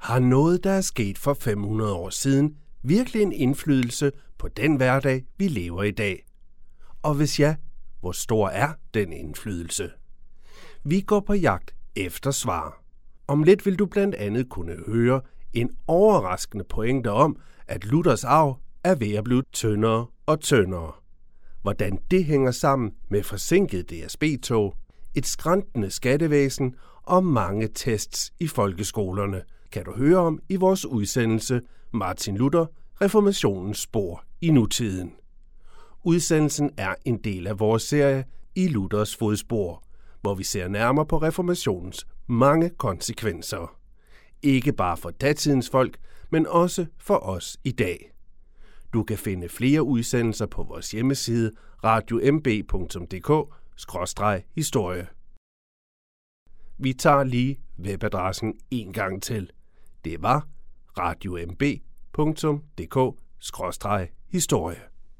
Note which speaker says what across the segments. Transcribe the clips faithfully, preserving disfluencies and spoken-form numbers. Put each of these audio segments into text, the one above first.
Speaker 1: Har noget, der er sket for fem hundrede år siden, virkelig en indflydelse på den hverdag, vi lever i dag? Og hvis ja, hvor stor er den indflydelse? Vi går på jagt efter svar. Om lidt vil du blandt andet kunne høre en overraskende pointe om, at Luthers arv er ved at blive tyndere og tyndere. Hvordan det hænger sammen med forsinket D S B-tog, et skrantende skattevæsen og mange tests i folkeskolerne, kan du høre om i vores udsendelse Martin Luther, reformationens spor i nutiden. Udsendelsen er en del af vores serie I Luthers fodspor, hvor vi ser nærmere på reformationens mange konsekvenser. Ikke bare for datidens folk, men også for os i dag. Du kan finde flere udsendelser på vores hjemmeside radio m b punktum d k skråstreg historie. Vi tager lige webadressen en gang til. Det var radio m b punktum d k skråstreg historie.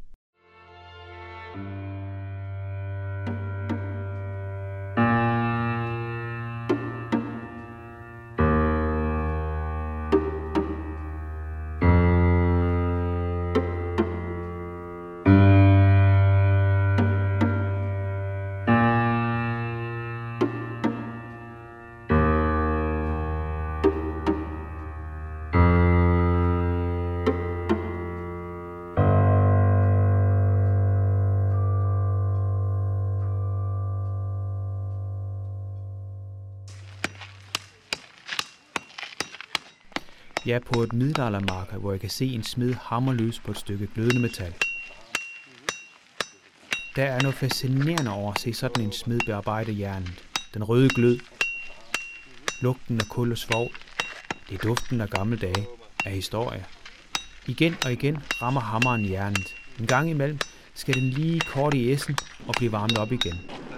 Speaker 2: Jeg er på et middelaldermarked, hvor jeg kan se en smed hamre løs på et stykke glødende metal. Der er noget fascinerende over at se sådan en smed bearbejde jernet. Den røde glød, lugten af kul og svovl, det er duften af gamle dage, af historie. Igen og igen rammer hammeren jernet. En gang imellem skal den lige kort i essen og blive varmet op igen.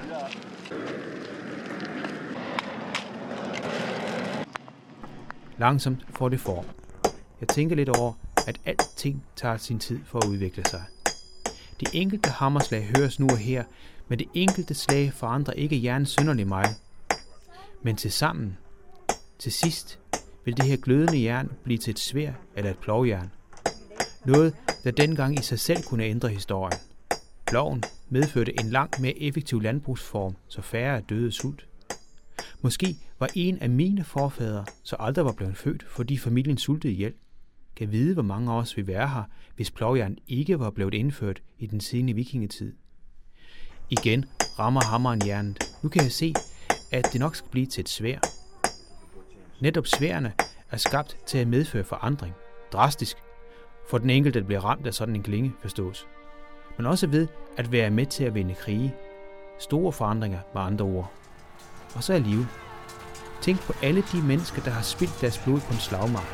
Speaker 2: Langsomt får det form. Jeg tænker lidt over, at alting tager sin tid for at udvikle sig. De enkelte hammerslag høres nu og her, men det enkelte slag forandrer ikke jernet synderligt meget. Men til sammen, til sidst, vil det her glødende jern blive til et sværd eller et plovjern. Noget, der dengang i sig selv kunne ændre historien. Ploven medførte en langt mere effektiv landbrugsform, så færre døde sult. Måske var en af mine forfædre, så aldrig var blevet født, fordi familien sultede ihjel. Kan vide, hvor mange af os vil være her, hvis plovjern ikke var blevet indført i den sene vikingetid. Igen rammer hammeren jernet. Nu kan jeg se, at det nok skal blive til et sværd. Netop sværene er skabt til at medføre forandring. Drastisk, for den enkelte, der bliver ramt af sådan en klinge, forstås. Men også ved at være med til at vinde krige. Store forandringer med andre ord. Og så er livet. Tænk på alle de mennesker, der har spildt deres blod på en slagmark.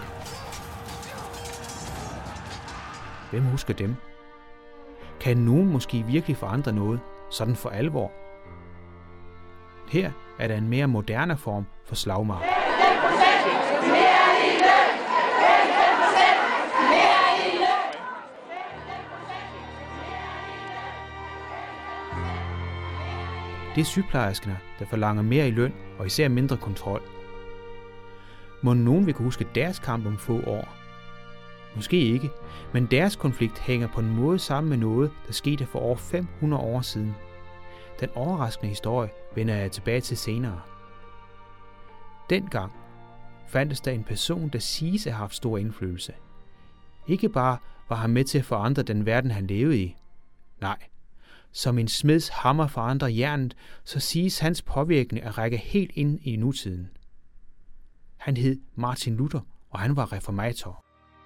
Speaker 2: Hvem husker dem? Kan nogen måske virkelig forandre noget, sådan for alvor? Her er der en mere moderne form for slagmark. Det er sygeplejerskerne, der forlanger mere i løn og især mindre kontrol. Må nogen vil kunne huske deres kamp om få år? Måske ikke, men deres konflikt hænger på en måde sammen med noget, der skete for over fem hundrede år siden. Den overraskende historie vender jeg tilbage til senere. Dengang fandtes der en person, der siges at have haft stor indflydelse. Ikke bare var han med til at forandre den verden, han levede i. Nej. Som en smeds hammer forandrer jernet, så siges hans påvirkning at række helt ind i nutiden. Han hed Martin Luther, og han var reformator.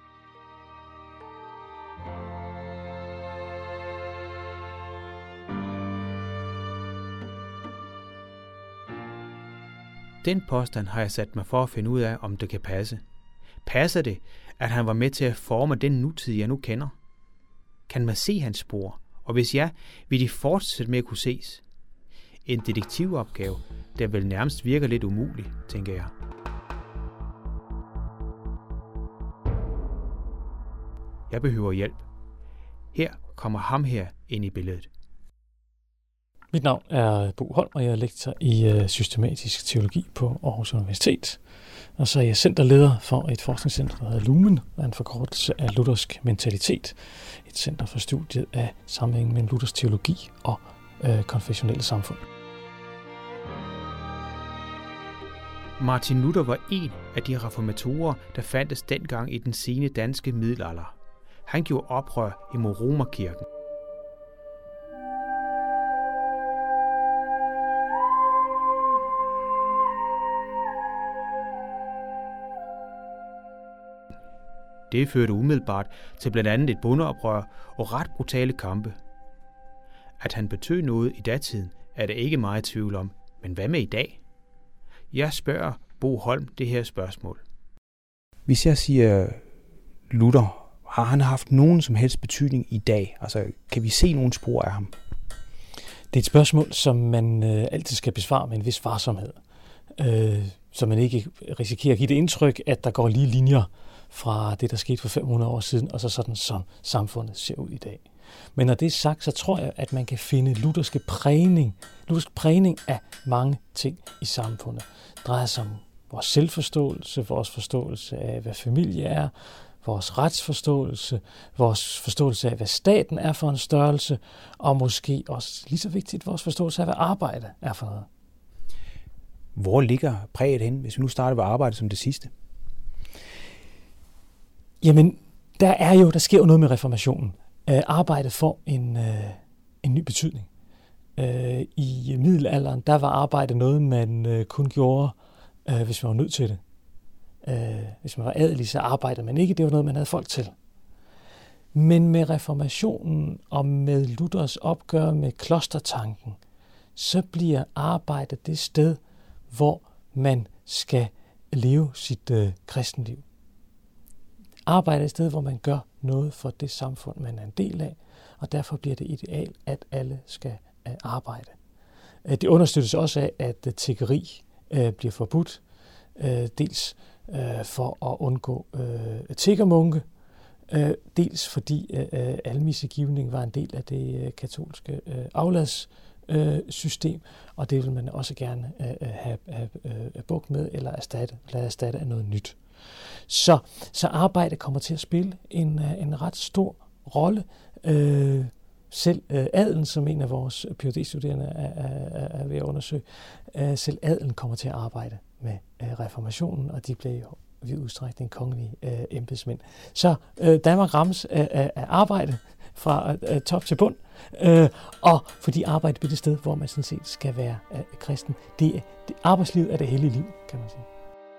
Speaker 2: Den påstand har jeg sat mig for at finde ud af, om det kan passe. Passer det, at han var med til at forme den nutid, jeg nu kender? Kan man se hans spor? Og hvis ja, vil de fortsætte med at kunne ses? En detektivopgave, der vel nærmest virker lidt umulig, tænker jeg. Jeg behøver hjælp. Her kommer ham her ind i billedet.
Speaker 3: Mit navn er Bo Holm, og jeg er lektor i systematisk teologi på Aarhus Universitet. Og så er jeg centerleder for et forskningscenter, der hedder Lumen, og en forkortelse af luthersk mentalitet. Et center for studiet af sammenhængen mellem luthersk teologi og øh, konfessionelle samfund.
Speaker 2: Martin Luther var en af de reformatorer, der fandtes dengang i den sene danske middelalder. Han gjorde oprør imod Romerkirken. Det førte umiddelbart til blandt andet et bondeoprør og ret brutale kampe. At han betød noget i datiden, er det ikke meget tvivl om, men hvad med i dag? Jeg spørger Bo Holm det her spørgsmål.
Speaker 4: Hvis jeg siger Luther, har han haft nogen som helst betydning i dag? Altså, kan vi se nogle spor af ham?
Speaker 3: Det er et spørgsmål, som man øh, altid skal besvare med en vis varsomhed. Øh, så man ikke risikerer at give det indtryk, at der går lige linjer fra det, der skete for fem hundrede år siden, og så sådan, som samfundet ser ud i dag. Men når det er sagt, så tror jeg, at man kan finde lutherske prægning, luthersk prægning af mange ting i samfundet. Det drejer sig om vores selvforståelse, vores forståelse af, hvad familie er, vores retsforståelse, vores forståelse af, hvad staten er for en størrelse, og måske også lige så vigtigt, vores forståelse af, hvad arbejde er for noget.
Speaker 4: Hvor ligger præget hen, hvis vi nu starter ved arbejde som det sidste?
Speaker 3: Jamen, der er jo, der sker jo noget med reformationen. Arbejdet får en, en ny betydning. I middelalderen, der var arbejde noget, man kun gjorde, hvis man var nødt til det. Hvis man var adelig, så arbejdede man ikke. Det var noget, man havde folk til. Men med reformationen og med Luthers opgør med klostertanken, så bliver arbejdet det sted, hvor man skal leve sit øh, kristenliv. Arbejde er et sted, hvor man gør noget for det samfund, man er en del af, og derfor bliver det ideal, at alle skal øh, arbejde. Det understøttes også af, at øh, tiggeri øh, bliver forbudt, øh, dels øh, for at undgå øh, tiggermunke, øh, dels fordi øh, almissegivning var en del af det øh, katolske øh, aflads system, og det vil man også gerne uh, have, have uh, bugt med eller erstatte, lade erstatte af noget nyt. Så, så arbejde kommer til at spille en, uh, en ret stor rolle. Uh, selv uh, adelen, som en af vores Ph.D.-studerende er, er, er ved at undersøge, uh, selv adelen kommer til at arbejde med uh, reformationen, og de blev jo vid udstrækning kongelige uh, embedsmænd. Så uh, Danmark rammes af, af, af arbejde fra uh, top til bund, uh, og fordi arbejde bliver det sted, hvor man sådan set skal være uh, kristen. Det, det, arbejdslivet er det hellige liv, kan man sige.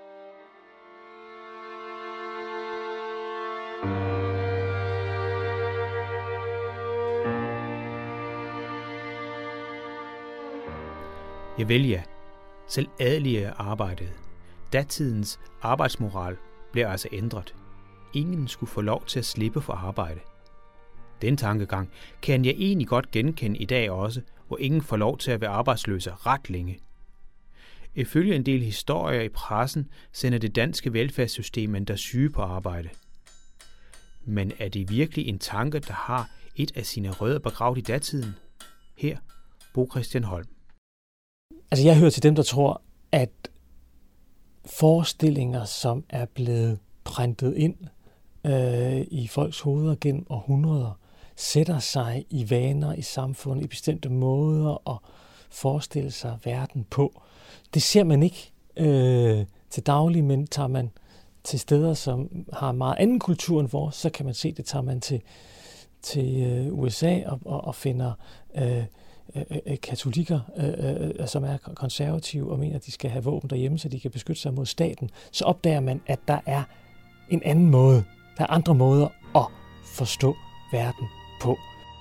Speaker 2: Jeg vælger. Selv adelige arbejdede. Datidens arbejdsmoral blev altså ændret. Ingen skulle få lov til at slippe for arbejde. Den tankegang kan jeg egentlig godt genkende i dag også, hvor ingen får lov til at være arbejdsløse ret længe. Ifølge en del historier i pressen sender det danske velfærdssystem endda syge på arbejde. Men er det virkelig en tanke, der har et af sine rødder begravet i datiden? Her, Bo Christian Holm.
Speaker 3: Altså jeg hører til dem, der tror, at forestillinger, som er blevet printet ind øh, i folks hoveder gennem århundreder, sætter sig i vaner i samfundet, i bestemte måder at forestille sig verden på. Det ser man ikke øh, til daglig, men tager man til steder, som har meget anden kultur end vores, så kan man se, det tager man til, til øh, U S A og, og, og finder øh, øh, katolikker, øh, øh, som er konservative og mener, at de skal have våben derhjemme, så de kan beskytte sig mod staten. Så opdager man, at der er en anden måde. Der er andre måder at forstå verden på.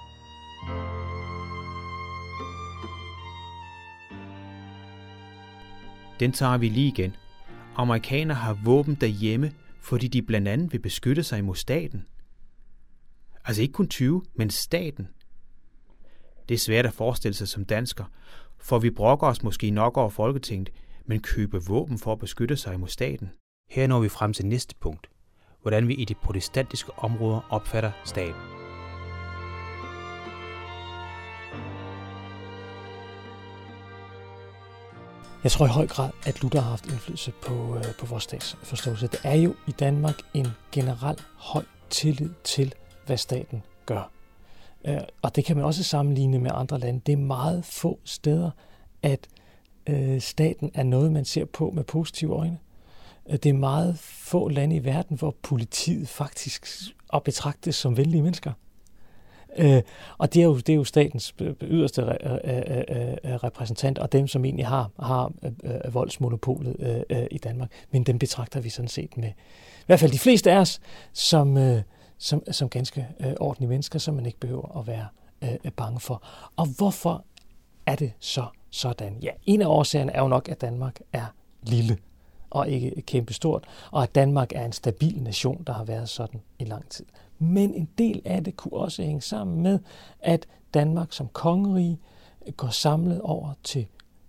Speaker 2: Den tager vi lige igen. Amerikanere har våben derhjemme, fordi de blandt andet vil beskytte sig mod staten. Altså ikke kun tyve, men staten. Det er svært at forestille sig som dansker, for vi brokker os måske nok over Folketinget, men køber våben for at beskytte sig mod staten.
Speaker 4: Her når vi frem til næste punkt. Hvordan vi i de protestantiske områder opfatter staten.
Speaker 3: Jeg tror i høj grad, at Luther har haft indflydelse på, øh, på vores statsforståelse. Det er jo i Danmark en generel høj tillid til, hvad staten gør. Øh, og det kan man også sammenligne med andre lande. Det er meget få steder, at øh, staten er noget, man ser på med positive øjne. Det er meget få lande i verden, hvor politiet faktisk og betragtes som venlige mennesker. Øh, og det er, jo, det er jo statens yderste repræsentant, og dem, som egentlig har, har øh, voldsmonopolet øh, i Danmark. Men dem betragter vi sådan set med, i hvert fald de fleste af os, som, øh, som, som ganske øh, ordentlige mennesker, som man ikke behøver at være øh, bange for. Og hvorfor er det så sådan? Ja, en af årsagerne er jo nok, at Danmark er lille og ikke kæmpestort, og at Danmark er en stabil nation, der har været sådan i lang tid. Men en del af det kunne også hænge sammen med, at Danmark som kongerige går samlet over til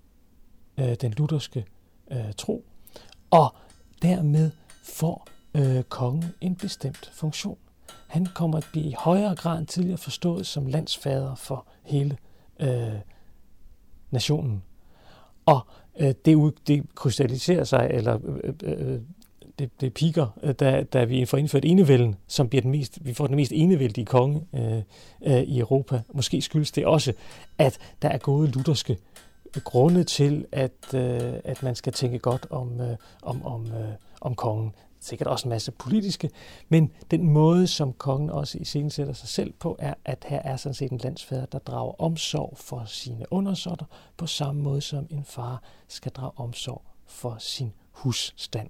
Speaker 3: øh, den lutherske øh, tro, og dermed får øh, kongen en bestemt funktion. Han kommer at blive i højere grad end tidligere forstået som landsfader for hele øh, nationen. Og øh, det, det krystalliserer sig, eller øh, øh, det, det piker, da, da vi får indført enevælden, som bliver den mest, vi får den mest enevældige konge øh, øh, i Europa. Måske skyldes det også, at der er gode lutherske grunde til, at, øh, at man skal tænke godt om, øh, om, om, øh, om kongen. Sikkert også en masse politiske, men den måde, som kongen også iscenesætter sig selv på, er, at her er sådan set en landsfader, der drager omsorg for sine undersåtter, på samme måde som en far skal drage omsorg for sin husstand.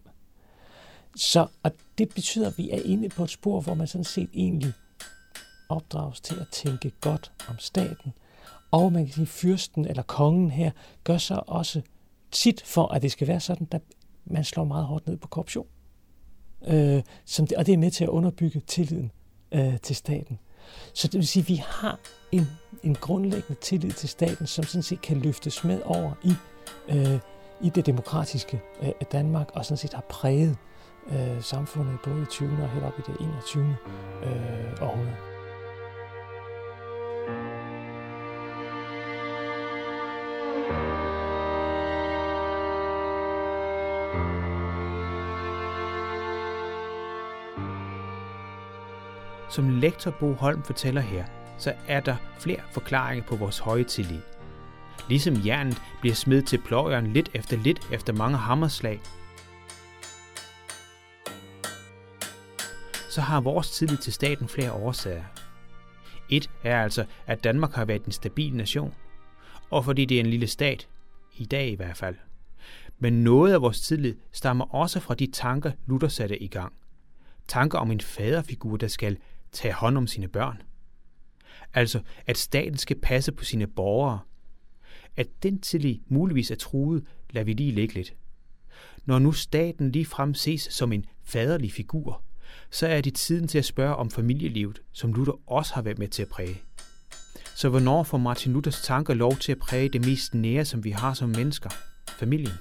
Speaker 3: Så, og det betyder, at vi er inde på et spor, hvor man sådan set egentlig opdrages til at tænke godt om staten. Og man kan sige, fyrsten eller kongen her gør sig også tit for, at det skal være sådan, at man slår meget hårdt ned på korruption. Øh, som det, og det er med til at underbygge tilliden øh, til staten. Så det vil sige, at vi har en, en grundlæggende tillid til staten, som sådan set kan løftes med over i, øh, i det demokratiske øh, Danmark, og sådan set har præget øh, samfundet både i tyvende og helt op i det enogtyvende Øh, århundrede.
Speaker 2: Som lektor Bo Holm fortæller her, så er der flere forklaringer på vores høje tillid. Ligesom jernet bliver smidt til pløjeren lidt efter lidt efter mange hammerslag, så har vores tillid til staten flere årsager. Et er altså, at Danmark har været en stabil nation, og fordi det er en lille stat, i dag i hvert fald. Men noget af vores tillid stammer også fra de tanker, Luther satte i gang. Tanker om en faderfigur, der skal tage hånd om sine børn. Altså, at staten skal passe på sine borgere. At den tillid muligvis er truet, lader vi lige ligge lidt. Når nu staten ligefrem ses som en faderlig figur, så er det tiden til at spørge om familielivet, som Luther også har været med til at præge. Så hvornår får Martin Luthers tanker lov til at præge det mest nære, som vi har som mennesker? Familien.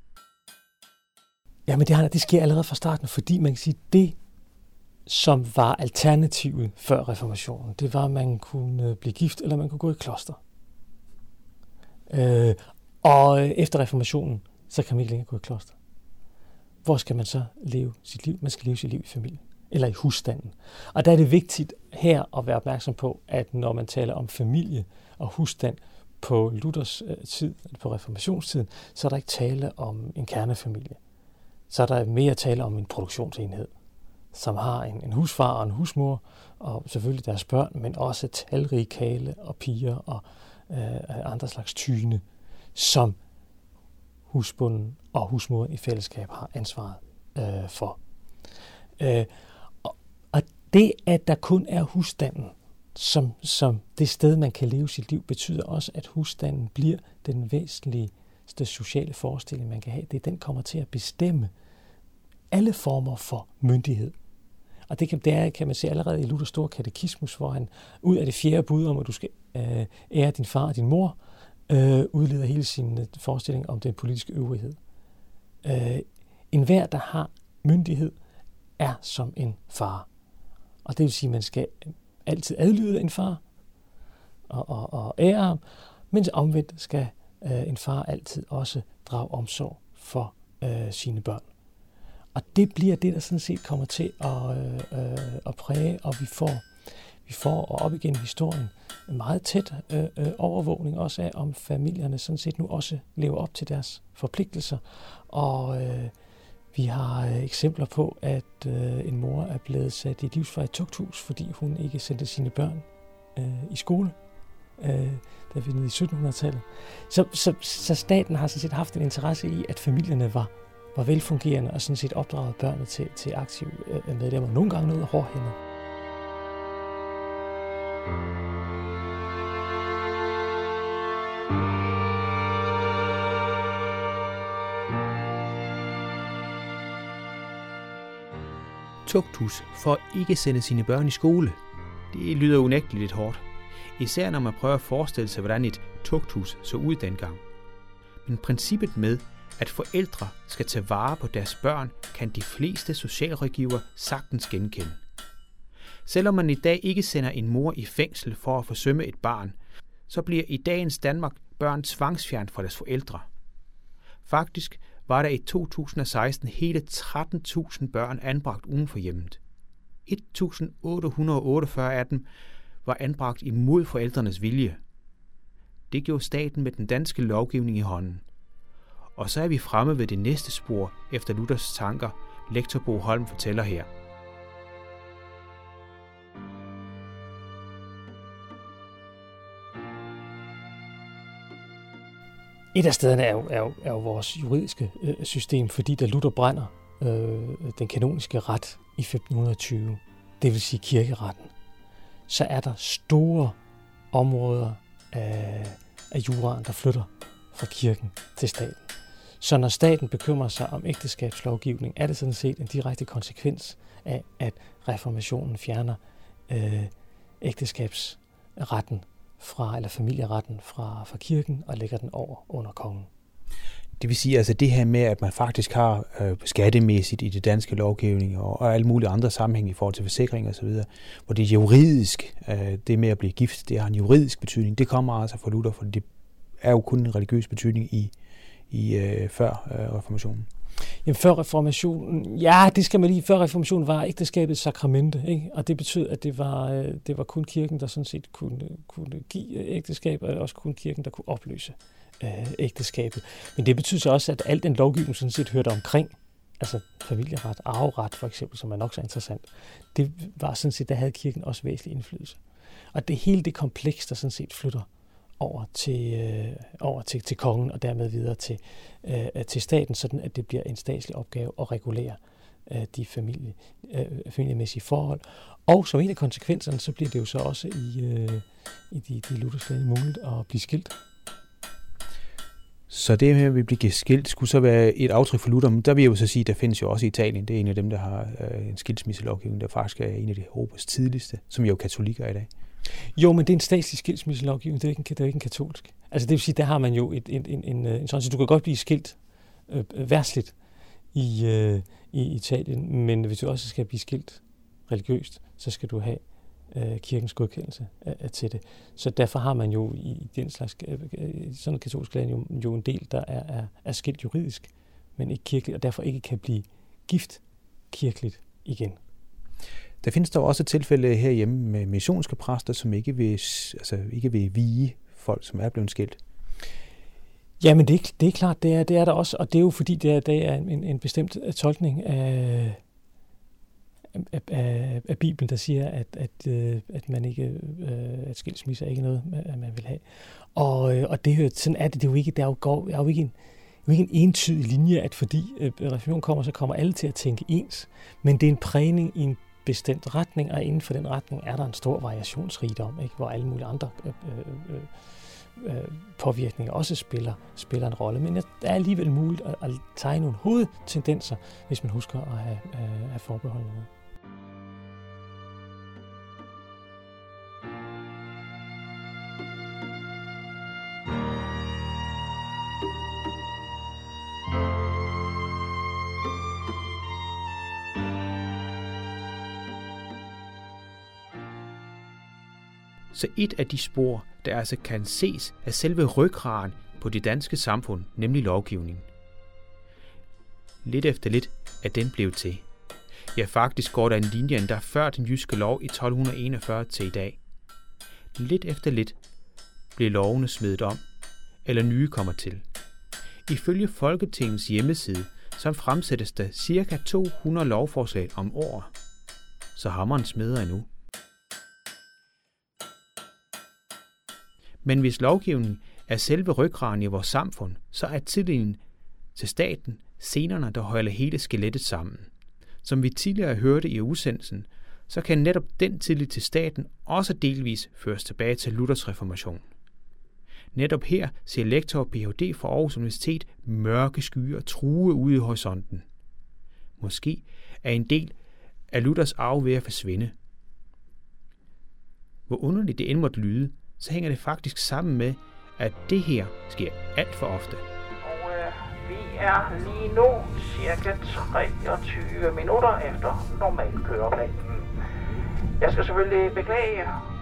Speaker 3: Jamen det, det sker allerede fra starten, fordi man kan sige, det som var alternativet før reformationen, det var, at man kunne blive gift, eller man kunne gå i kloster. Øh, og efter reformationen, så kan man ikke længere gå i kloster. Hvor skal man så leve sit liv? Man skal leve sit liv i familien, eller i husstanden. Og der er det vigtigt her at være opmærksom på, at når man taler om familie og husstand på Luthers tid, på reformationstiden, så er der ikke tale om en kernefamilie. Så er der mere tale om en produktionsenhed, som har en, en husfar og en husmor, og selvfølgelig deres børn, men også talrige kale og piger og øh, andre slags tyne, som husbunden og husmor i fællesskab har ansvaret øh, for. Øh, og, og det, at der kun er husstanden, som, som det sted, man kan leve sit liv, betyder også, at husstanden bliver den væsentligste sociale forestilling, man kan have. Det den kommer til at bestemme alle former for myndighed. Og det kan, det er, kan man se allerede i Luthers store katekismus, hvor han ud af det fjerde bud om, at du skal øh, ære din far og din mor, øh, udleder hele sin øh, forestilling om den politiske øvrighed. Øh, en hver, der har myndighed, er som en far. Og det vil sige, at man skal altid adlyde en far og, og, og ære ham, mens omvendt skal øh, en far altid også drage omsorg for øh, sine børn. Og det bliver det, der sådan set kommer til at, øh, at præge, og vi får, vi får og op igen i historien en meget tæt øh, øh, overvågning også af, om familierne sådan set nu også lever op til deres forpligtelser. Og øh, vi har øh, eksempler på, at øh, en mor er blevet sat i et livsvarigt tugthus, fordi hun ikke sendte sine børn øh, i skole, øh, da vi er nede i sytten hundrede-tallet. Så, så, så staten har sådan set haft en interesse i, at familierne var var velfungerende og sådan set opdraget børnene til, til aktive øh, medlemmer. Nogle gange noget hårdhændet.
Speaker 2: Tugthus for at ikke sende sine børn i skole. Det lyder unægteligt lidt hårdt. Især når man prøver at forestille sig, hvordan et tugthus så ud dengang. Men princippet med, at forældre skal tage vare på deres børn, kan de fleste socialrådgivere sagtens genkende. Selvom man i dag ikke sender en mor i fængsel for at forsømme et barn, så bliver i dagens Danmark børn tvangsfjernt fra deres forældre. Faktisk var der i to tusind og seksten hele tretten tusind børn anbragt uden for hjemmet. et tusind otte hundrede og otteogfyrre af dem var anbragt imod forældrenes vilje. Det gjorde staten med den danske lovgivning i hånden. Og så er vi fremme ved det næste spor efter Luthers tanker, lektor Bo Holm fortæller her.
Speaker 3: Et af stederne er jo, er jo, er jo vores juridiske øh, system, fordi da Luther brænder øh, den kanoniske ret i femten tyve, det vil sige kirkeretten, så er der store områder af, af juraen, der flytter fra kirken til staten. Så når staten bekymrer sig om ægteskabslovgivning, er det sådan set en direkte konsekvens af, at reformationen fjerner øh, ægteskabsretten fra, eller familieretten fra, fra kirken og lægger den over under kongen.
Speaker 4: Det vil sige altså det her med, at man faktisk har øh, skattemæssigt i det danske lovgivning og, og alle mulige andre sammenhæng i forhold til forsikring og så videre, hvor det er juridisk, øh, det med at blive gift, det har en juridisk betydning. Det kommer altså fra Luther, for det er jo kun en religiøs betydning i i øh, før øh, reformationen.
Speaker 3: Jamen før reformationen, ja, det skal man lige. Før reformationen var ægteskabet sakramente, ikke? Og det betød, at det var, øh, det var kun kirken, der sådan set kunne, kunne give ægteskab, og også kun kirken, der kunne opløse øh, ægteskabet. Men det betyder så også, at al den lovgivning sådan set hørte omkring, altså familieret, arveret for eksempel, som er nok så interessant, det var sådan set, der havde kirken også væsentlig indflydelse. Og det hele det kompleks, der sådan set flytter over til, øh, over til, til kongen og dermed videre til, øh, til staten, sådan at det bliver en statslig opgave at regulere øh, de familie, øh, familiemæssige forhold. Og som en af konsekvenserne, så bliver det jo så også i, øh, i de, de lutherske lande muligt at blive skilt.
Speaker 4: Så det her, at vi bliver skilt, skulle så være et aftryk for Luther. Men der vil jeg jo så sige, at der findes jo også i Italien. Det er en af dem, der har øh, en skilsmisselovgivning, der faktisk er en af de Europas tidligste, som jo katolikker i dag.
Speaker 3: Jo, men det er en statslig skilsmisselovgivning, det er ikke en, det er ikke en katolsk. Altså det vil sige, der har man jo et, en, en, en, en sådan, så du kan godt blive skilt øh, værsligt i, øh, i Italien, men hvis du også skal blive skilt religiøst, så skal du have øh, kirkens godkendelse af, af, til det. Så derfor har man jo i den slags, øh, sådan et katolsk land jo, jo en del, der er, er, er skilt juridisk, men ikke kirkeligt, og derfor ikke kan blive gift kirkeligt igen.
Speaker 4: Der findes der også et tilfælde herhjemme med missionske præster, som ikke vil, altså ikke vil vie folk, som er blevet skilt.
Speaker 3: Ja, men det, det er klart, det er, det er der også, og det er jo fordi, det er, det er en, en bestemt tolkning af, af, af, af Bibelen, der siger, at, at, at man ikke, at skilsmisse er ikke noget, man vil have. Og, og det, sådan er det, det er jo ikke, der er jo, er jo ikke en, jo ikke en entydig linje, at fordi reformationen kommer, så kommer alle til at tænke ens, men det er en prægning i en bestemt retning, og inden for den retning er der en stor variationsrigdom, ikke? Hvor alle mulige andre øh, øh, øh, påvirkninger også spiller, spiller en rolle. Men det er alligevel muligt at, at tegne nogle hovedtendenser, hvis man husker at have, øh, have forbeholdene med. Så et af de spor, der altså kan ses af selve ryggraden
Speaker 2: på det danske samfund, nemlig lovgivningen. Lidt efter lidt er den blevet til. Ja, faktisk går der en linje endda før den jyske lov i tolv enogfyrre til i dag. Lidt efter lidt bliver lovene smedet om, eller nye kommer til. Ifølge Folketingets hjemmeside, så fremsættes der ca. to hundrede lovforslag om året. Så hammeren smeder endnu. Men hvis lovgivningen er selve ryggraden i vores samfund, så er tilliden til staten senerne, der holder hele skelettet sammen. Som vi tidligere hørte i udsendelsen, så kan netop den tillid til staten også delvis føres tilbage til Luthers reformation. Netop her ser lektor og P H D fra Aarhus Universitet mørke skyer true ude i horisonten. Måske er en del af Luthers arv ved at forsvinde. Hvor underligt det end måtte lyde, så hænger det faktisk sammen med, at det her sker alt for ofte.
Speaker 5: Og øh, vi er lige nu cirka treogtyve minutter efter normal køreplan. Jeg skal selvfølgelig beklage.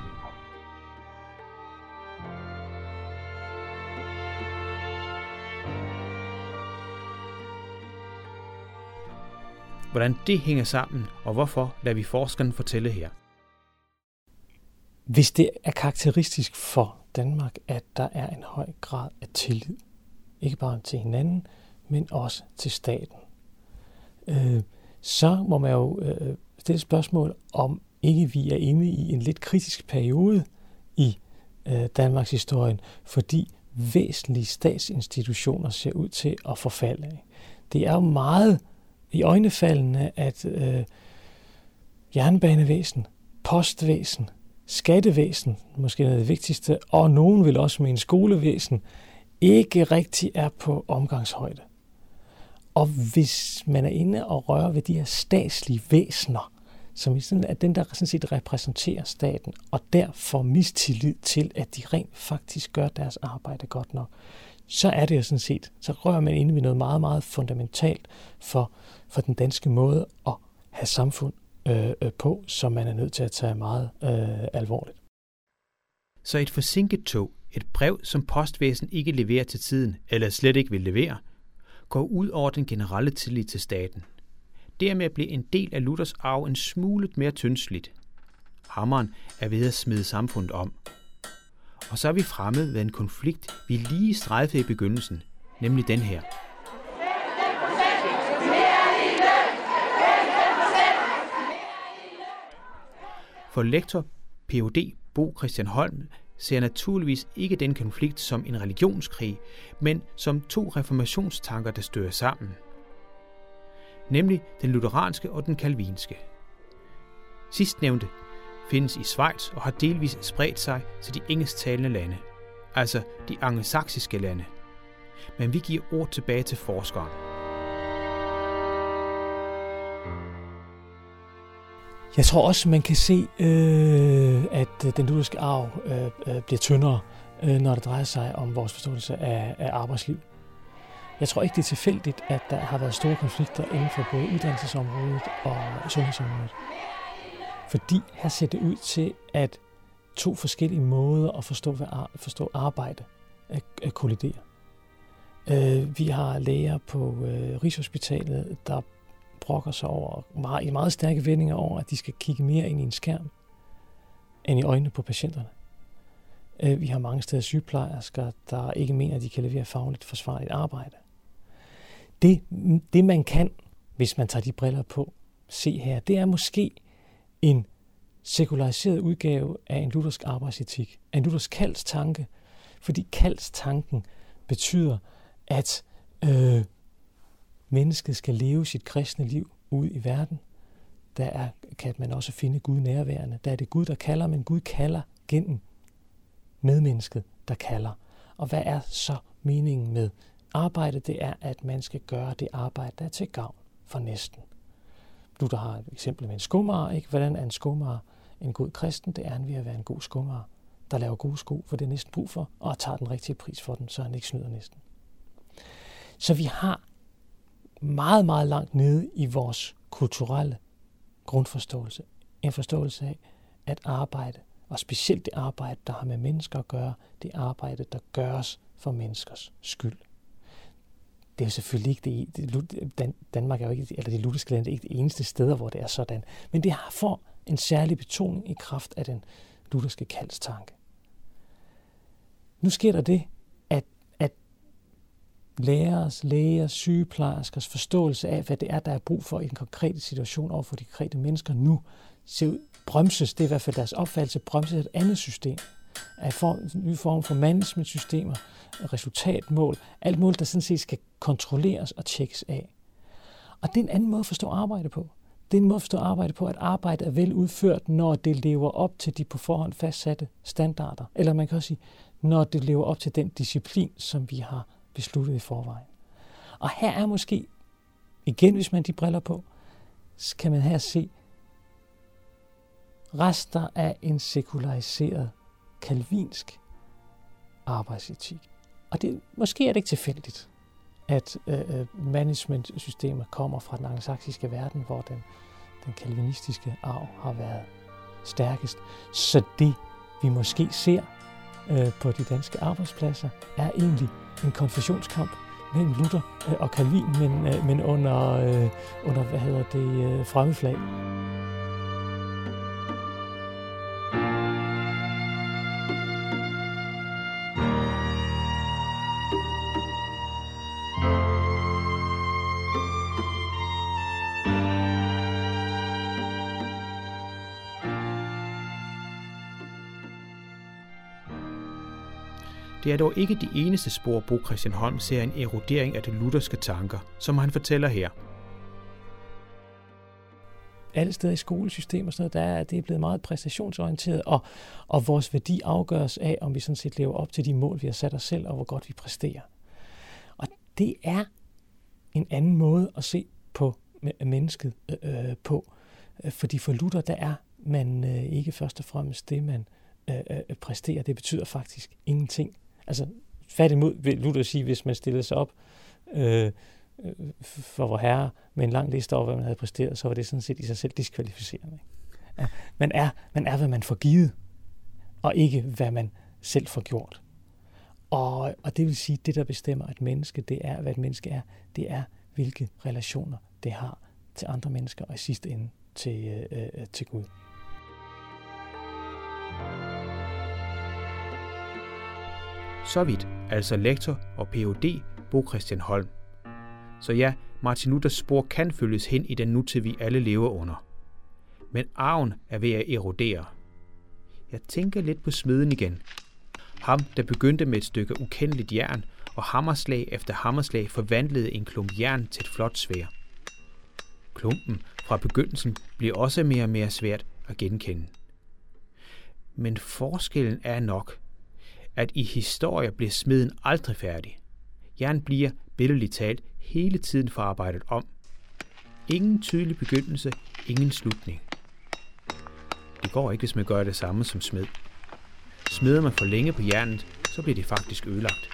Speaker 2: Hvordan det hænger sammen, og hvorfor, lader vi forskeren fortælle her.
Speaker 3: Hvis det er karakteristisk for Danmark, at der er en høj grad af tillid, ikke bare til hinanden, men også til staten, øh, så må man jo øh, stille spørgsmål, om ikke vi er inde i en lidt kritisk periode i øh, Danmarks historien, fordi væsentlige statsinstitutioner ser ud til at forfalde. Det er jo meget i øjnefaldene, at øh, jernbanevæsen, postvæsen, skattevæsen, måske noget af det vigtigste, og nogen vil også mene skolevæsen, ikke rigtig er på omgangshøjde. Og hvis man er inde og rører ved de her statslige væsener, som er den, der sådan set repræsenterer staten, og derfor mistillid til, at de rent faktisk gør deres arbejde godt nok, så er det jo sådan set, så rører man inde ved noget meget, meget fundamentalt for, for den danske måde at have samfund øh, på, som man er nødt til at tage meget øh, alvorligt.
Speaker 2: Så et forsinket tog, et brev, som postvæsen ikke leverer til tiden, eller slet ikke vil levere, går ud over den generelle tillid til staten. Dermed bliver en del af Luthers arv en smule mere tyndsligt. Hammeren er ved at smide samfundet om. Og så er vi fremme ved en konflikt, vi lige strejfede i begyndelsen, nemlig den her. For lektor P H D Bo Christian Holm ser naturligvis ikke den konflikt som en religionskrig, men som to reformationstanker, der støder sammen. Nemlig den lutheranske og den kalvinske. Sidstnævnte findes i Schweiz og har delvis spredt sig til de engelsktalende lande, altså de angelsaksiske lande. Men vi giver ord tilbage til forskeren.
Speaker 3: Jeg tror også, man kan se, øh, at den lutherske arv øh, bliver tyndere, øh, når det drejer sig om vores forståelse af, af arbejdsliv. Jeg tror ikke, det er tilfældigt, at der har været store konflikter inden for både uddannelsesområdet og sundhedsområdet. Fordi her ser det ud til, at to forskellige måder at forstå, hvad ar- forstå arbejde at kollidere. Øh, vi har læger på øh, Rigshospitalet, der brokker sig over meget, i meget stærke vendinger over, at de skal kigge mere ind i en skærm, end i øjnene på patienterne. Øh, vi har mange steder sygeplejersker, der ikke mener, at de kan levere fagligt forsvarligt arbejde. Det, det man kan, hvis man tager de briller på, se her, det er måske en sekulariseret udgave af en luthersk arbejdsetik, af en luthersk kaldstanke, fordi kaldstanken betyder, at øh, mennesket skal leve sit kristne liv ude i verden. Der er, kan man også finde Gud nærværende. Der er det Gud, der kalder, men Gud kalder gennem medmennesket, der kalder. Og hvad er så meningen med arbejde? Det er, at man skal gøre det arbejde, der er til gavn for næsten. Luther har et eksempel med en skomager, ikke? Hvordan er en skomager en god kristen? Det er han ved at være en god skomager, der laver gode sko, for det er næsten brug for, og tager den rigtige pris for den, så han ikke snyder næsten. Så vi har meget, meget langt nede i vores kulturelle grundforståelse en forståelse af, at arbejde Og specielt det arbejde, der har med mennesker at gøre, det arbejde, der gøres for menneskers skyld. Det er jo selvfølgelig ikke det, det Danmark er jo ikke, eller de lutherske lande er ikke det eneste sted, hvor det er sådan. Men det har får en særlig betoning i kraft af den lutherske kaldstanke. Nu sker der det, at, at lærers, lægers, sygeplejerskers forståelse af, hvad det er, der er brug for i den konkrete situation over for de konkrete mennesker, nu ser ud, bremses, det er i hvert fald deres opfattelse, bremses et andet system, af form, nye form for managementsystemer, resultatmål, alt muligt, der sådan set skal kontrolleres og tjekkes af. Og det er en anden måde at forstå arbejde på. Det er en måde at forstå arbejde på, at arbejde er vel udført, når det lever op til de på forhånd fastsatte standarder. Eller man kan også sige, når det lever op til den disciplin, som vi har besluttet i forvejen. Og her er måske, igen hvis man de briller på, så kan man her se rester af en sekulariseret kalvinsk arbejdsetik. Og det, måske er det ikke tilfældigt, at øh, managementsystemer kommer fra den angelsaksiske verden, hvor den, den kalvinistiske arv har været stærkest. Så det, vi måske ser øh, på de danske arbejdspladser, er egentlig en konfessionskamp mellem Luther øh, og Calvin, men, øh, men under, øh, under hvad hedder det, øh, fremmedflag.
Speaker 2: Det er dog ikke de eneste spor, Bo Christian Holm ser en erodering af de lutherske tanker, som han fortæller her.
Speaker 3: Alle steder i skolesystemet og sådan noget, der er det er blevet meget præstationsorienteret, og, og vores værdi afgøres af, om vi sådan set lever op til de mål, vi har sat os selv, og hvor godt vi præsterer. Og det er en anden måde at se på mennesket øh, på. Fordi for Luther, der er man øh, ikke først og fremmest det, man øh, øh, præsterer. Det betyder faktisk ingenting. Altså, tværtimod vil Luther sige, hvis man stillede sig op øh, for vor herre med en lang liste over, hvad man havde præsteret, så var det sådan set i sig selv diskvalificerende. Ja, man, er, man er, hvad man får givet, og ikke, hvad man selv får gjort. Og, og det vil sige, det, der bestemmer et menneske, det er, hvad et menneske er, det er, hvilke relationer det har til andre mennesker, og i sidste ende til, øh, øh, til Gud.
Speaker 2: Så vidt, altså lektor og P H D Bo Christian Holm. Så ja, Martin Luthers spor kan følges hen i den nutid, vi alle lever under. Men arven er ved at erodere. Jeg tænker lidt på smeden igen. Ham, der begyndte med et stykke ukendeligt jern, og hammerslag efter hammerslag forvandlede en klump jern til et flot sværd. Klumpen fra begyndelsen bliver også mere og mere svært at genkende. Men forskellen er nok, at i historier bliver smeden aldrig færdig. Jern bliver, billedligt talt, hele tiden forarbejdet om. Ingen tydelig begyndelse, ingen slutning. Det går ikke, hvis man gør det samme som smed. Smeder man for længe på jernet, så bliver det faktisk ødelagt.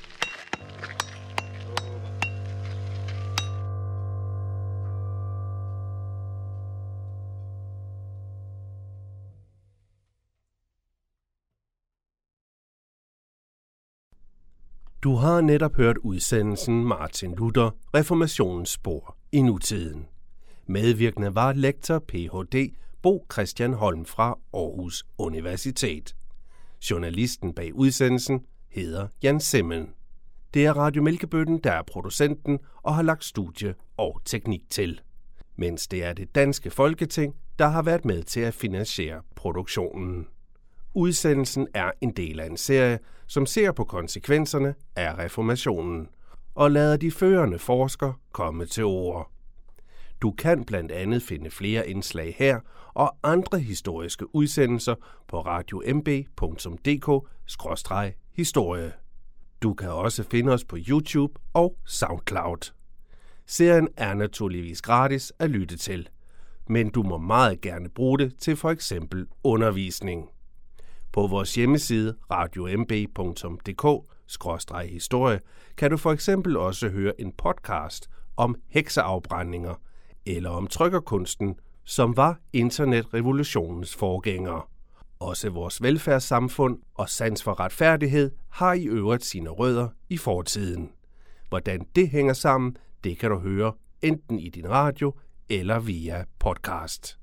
Speaker 1: Du har netop hørt udsendelsen Martin Luther, Reformationens spor i nutiden. Medvirkende var lektor P H D Bo Christian Holm fra Aarhus Universitet. Journalisten bag udsendelsen hedder Jan Simmel. Det er Radio Mælkebøtten, der er producenten og har lagt studie og teknik til. Mens det er det danske Folketing, der har været med til at finansiere produktionen. Udsendelsen er en del af en serie, som ser på konsekvenserne af reformationen og lader de førende forskere komme til ord. Du kan blandt andet finde flere indslag her og andre historiske udsendelser på radio m b punktum d k skråstreg historie. Du kan også finde os på YouTube og SoundCloud. Serien er naturligvis gratis at lytte til, men du må meget gerne bruge det til for eksempel undervisning. På vores hjemmeside radio m b punktum d k skråstreg historie kan du for eksempel også høre en podcast om hekseafbrændinger eller om trykkerkunsten, som var internetrevolutionens forgænger. Også vores velfærdssamfund og sans for retfærdighed har i øvrigt sine rødder i fortiden. Hvordan det hænger sammen, det kan du høre enten i din radio eller via podcast.